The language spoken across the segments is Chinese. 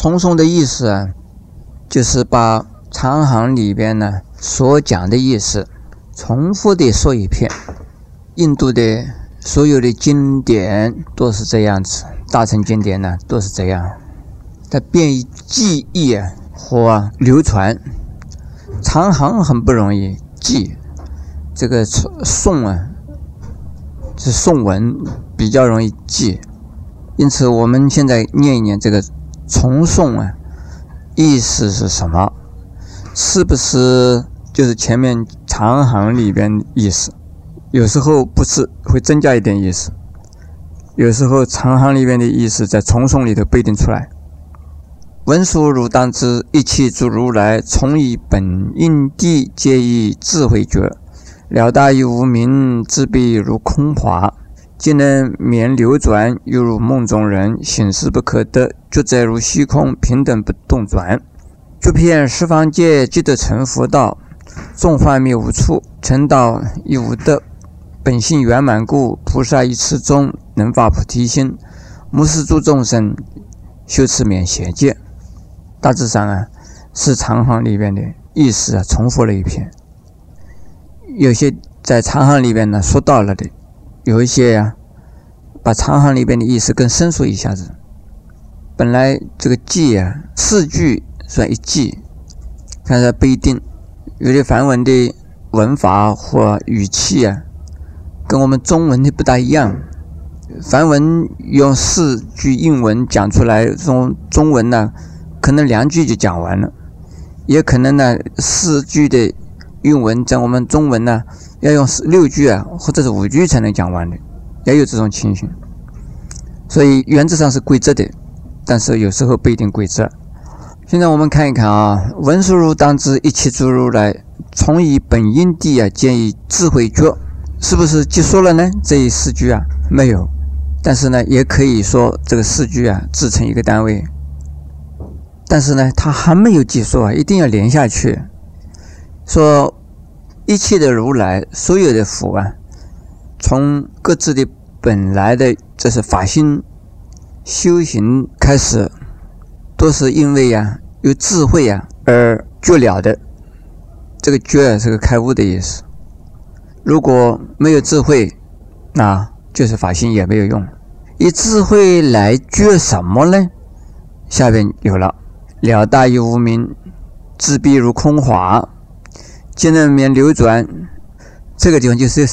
重诵的意思啊，就是把长行里边呢所讲的意思重复的说一遍。印度的所有的经典都是这样子，大乘经典呢都是这样，它便于记忆和流传。长行很不容易记，这个诵是诵文比较容易记，因此我们现在念一念这个重诵意思是什么？是不是就是前面长行里边的意思？有时候不是，会增加一点意思，有时候长行里边的意思在重诵里头不一定出来。文殊汝当知，一切诸如来，从以本因地，皆以智慧觉，了大于无明，自闭如空华，既能免流转，犹如梦中人，醒时不可得，觉在如虚空，平等不动转。觉遍十方界，即得成佛道，众幻灭无处，成道亦无得。本性圆满故，菩萨于此中能发菩提心，目视诸众生，修持免邪见。大致上是长行里边的意思重复了一遍。有些在长行里边呢说到了的，有一些把长行里边的意思更深说一下子。本来这个记4句算一记，但是不一定，有的梵文的文法或语气跟我们中文的不大一样。梵文用4句英文讲出来，中文呢可能2句就讲完了，也可能呢4句的英文在我们中文呢要用6句或者是5句才能讲完的，也有这种情形。所以原则上是规则的，但是有时候不一定规则。现在我们看一看文殊汝当知，一切诸如来，从以本因地皆以智慧觉，是不是结束了呢？这4句没有，但是呢也可以说这个4句制成一个单位。但是呢它还没有结束一定要连下去。说一切的如来，所有的佛从各自的本来的这是法心修行开始，都是因为有智慧而觉了的。这个觉是个开悟的意思。如果没有智慧，那就是法心也没有用。以智慧来觉什么呢？下边有了，了大于无明，自闭如空华，皆能免流转。这个地方就是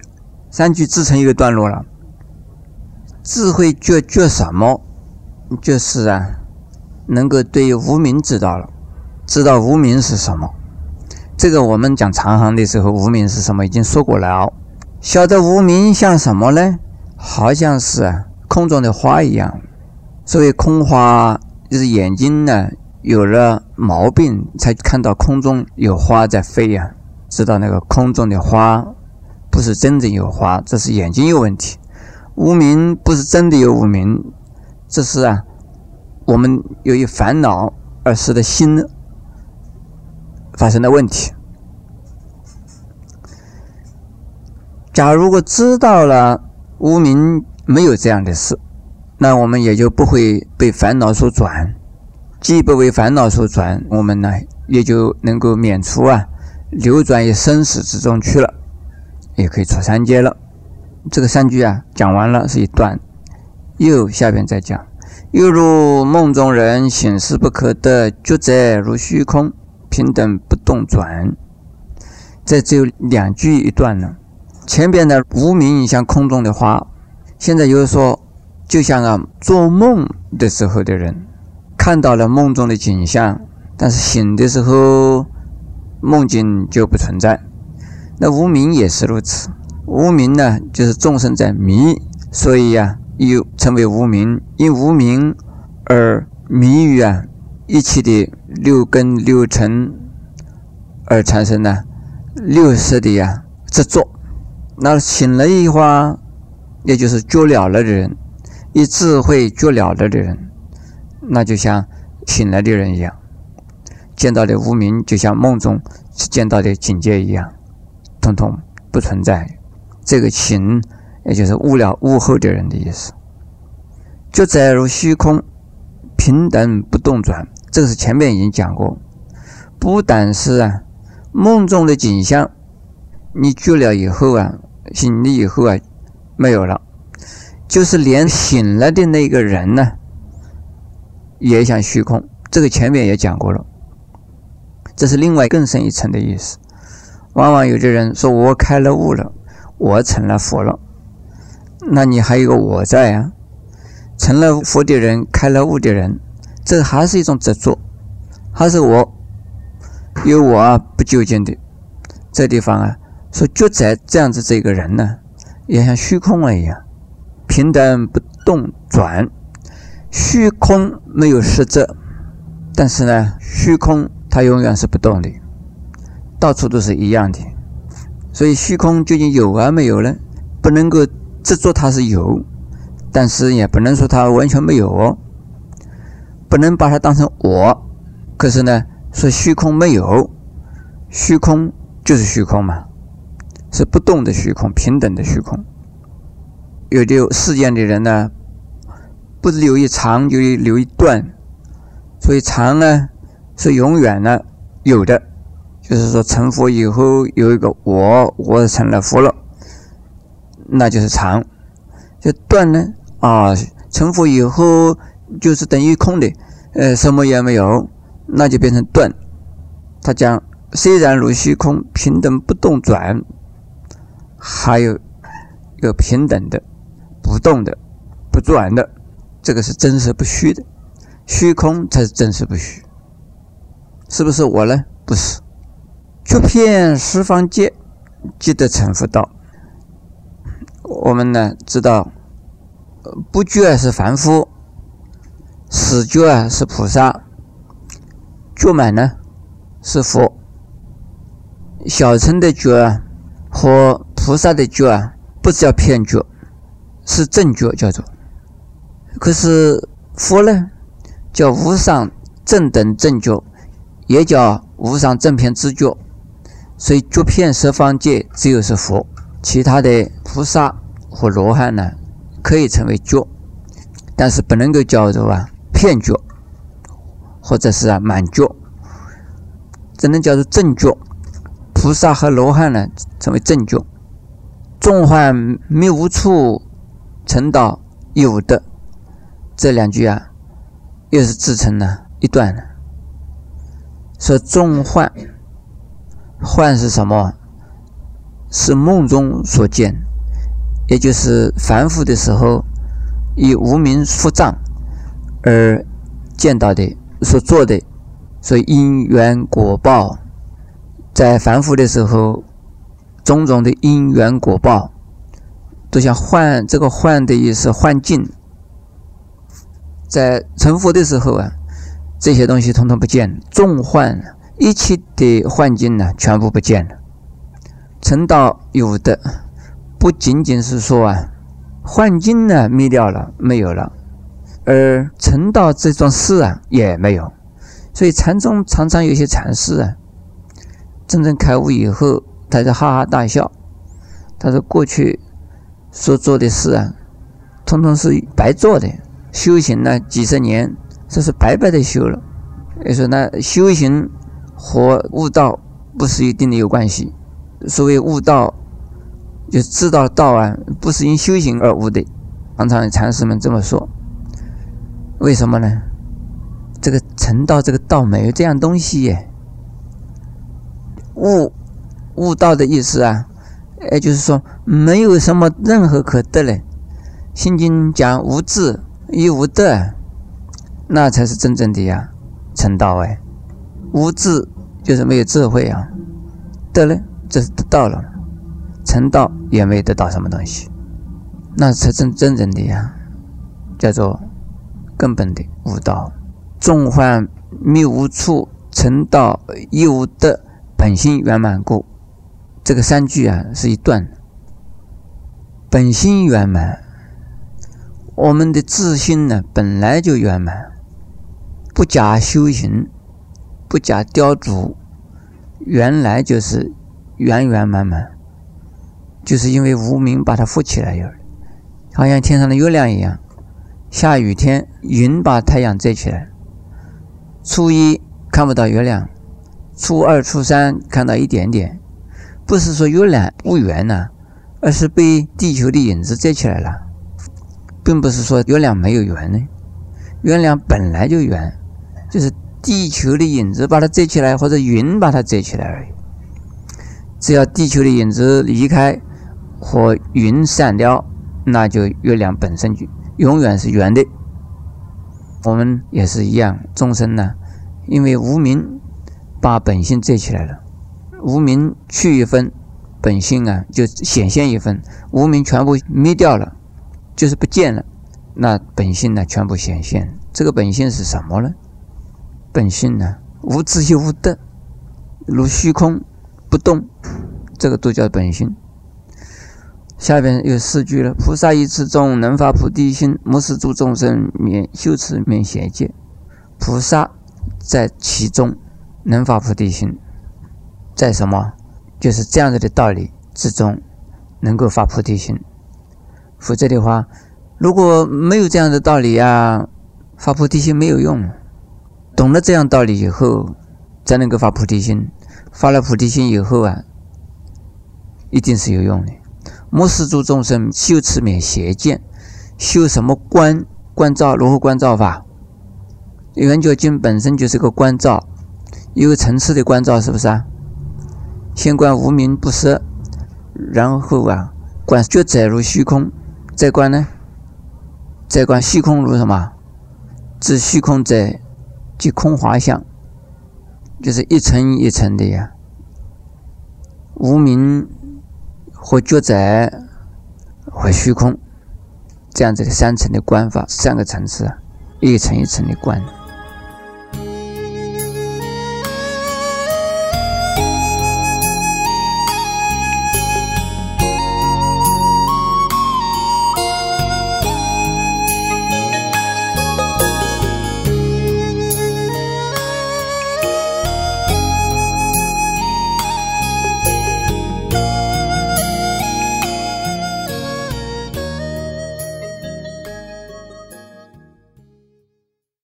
3句制成一个段落了。智慧觉什么？就是能够对无明知道了，知道无明是什么。这个我们讲长行的时候，无明是什么已经说过了。晓得无明像什么呢？好像是空中的花一样。所谓空花，就是眼睛有了毛病，才看到空中有花在飞知道那个空中的花不是真正有花，这是眼睛有问题。无明不是真的有无明，这是我们由于烦恼而使得心发生的问题。假如果知道了无明没有这样的事，那我们也就不会被烦恼所转。既不为烦恼所转，我们也就能够免除流转于生死之中去了，也可以出三界了。这个3句讲完了是一段，又下边再讲，犹如梦中人，醒时不可得，觉在如虚空，平等不动转。这只有2句一段了。前边的无明像空中的花，现在又说就像做梦的时候的人，看到了梦中的景象，但是醒的时候梦境就不存在。那无明也是如此，无明呢就是众生在迷，所以又称为无明。因无明而迷于一切的6根6尘，而产生6识的执着。那醒了以后也就是觉了的人，以智慧觉了的人，那就像醒来的人一样，见到的无明就像梦中见到的境界一样，统统不存在。这个醒也就是悟后的人的意思。觉在如虚空， 平等不动转，这个是前面已经讲过。不但是梦中的景象，你觉了以后醒了以后没有了，就是连醒了的那个人呢，也像虚空，这个前面也讲过了。这是另外更深一层的意思。往往有的人说我开了悟了，我成了佛了，那你还有个我在成了佛的人，开了悟的人，这还是一种执着，还是我有我不究竟的。这地方说觉在这样子，这个人呢也像虚空一样，平等不动转。虚空没有实质，但是呢虚空它永远是不动的，到处都是一样的。所以虚空究竟有没有呢？不能够执着它是有，但是也不能说它完全没有不能把它当成我。可是呢说虚空没有，虚空就是虚空嘛，是不动的虚空，平等的虚空。有的世间的人呢，不是留一长就留一段，所以长呢是永远呢有的，就是说成佛以后有一个我成了佛了，那就是长。就断呢成佛以后就是等于空的，什么也没有，那就变成断。他讲虽然如虚空，平等不动转，还有平等的不动的不转的，这个是真实不虚的。虚空才是真实不虚。是不是我呢？不是。觉遍十方界，即得成佛道。我们呢知道，不觉是凡夫，死觉是菩萨，觉满呢是佛。小乘的觉和菩萨的觉不是叫偏觉，是正觉叫做。可是佛呢叫无上正等正觉，也叫无上正遍知觉。所以觉遍十方界只有是佛，其他的菩萨或罗汉呢可以成为觉，但是不能够叫做遍觉或者是满觉，只能叫做正觉。菩萨和罗汉呢成为正觉。众幻迷无处成道有的，这两句又是自成了一段了。说众幻，幻是什么？是梦中所见，也就是凡夫的时候以无明覆障而见到的所做的，所以因缘果报，在凡夫的时候种种的因缘果报都像幻，这个幻的意思幻境。在成佛的时候这些东西统统不见了，众幻一切的幻境呢全部不见了。成道有的不仅仅是说幻境呢灭掉了，没有了，而成道这种事也没有。所以禅宗常常有些禅师真正开悟以后，他就哈哈大笑，他说过去所做的事统统是白做的，修行了几十年，这是白白的修了。也说那修行和悟道不是一定的有关系。所谓悟道，就知道道不是因修行而悟的。常常禅师们这么说。为什么呢？这个成道，这个道没有这样东西耶。悟道的意思也就是说没有什么任何可得嘞。心经讲无智亦无得，那才是真正的成道无智就是没有智慧得了这是得到了，成道也没得到什么东西，那才真正的叫做根本的悟道。众幻迷无处，成道亦无得，本心圆满故。这个三句是一段。本心圆满，我们的自心呢本来就圆满，不假修行，不假雕琢，原来就是圆圆满满，就是因为无明把它覆起来有，好像天上的月亮一样， 下雨天云把太阳遮起来，初一看不到月亮，初二、初三看到一点点，不是说月亮不圆了，而是被地球的影子遮起来了，并不是说月亮没有圆呢，月亮本来就圆，就是地球的影子把它遮起来，或者云把它遮起来而已。只要地球的影子离开或云散掉，那就月亮本身就永远是圆的。我们也是一样，众生呢，因为无明把本性遮起来了，无明去一分，本性啊就显现一分，无明全部灭掉了，就是不见了，那本性呢全部显现。这个本性是什么呢？本性呢无自又无得，如虚空不动，这个都叫本性。下边有4句了：菩萨于此中能发菩提心，莫使诸众生免修持免邪见。菩萨在其中能发菩提心，在什么？就是这样子的道理之中能够发菩提心。否则的话，如果没有这样的道理啊，发菩提心没有用。懂了这样道理以后，才能够发菩提心。发了菩提心以后啊，一定是有用的。莫使诸众生修持免邪见，修什么观照？如何观照法？圆觉经本身就是个观照，一个层次的观照，是不是啊？先观无明不色，然后啊观觉者如虚空，再观呢？再观虚空如什么？知虚空者即空华相，就是一层一层的呀。无明或觉者或虚空，这样子的3层的观法，3个层次啊，一层一层的观。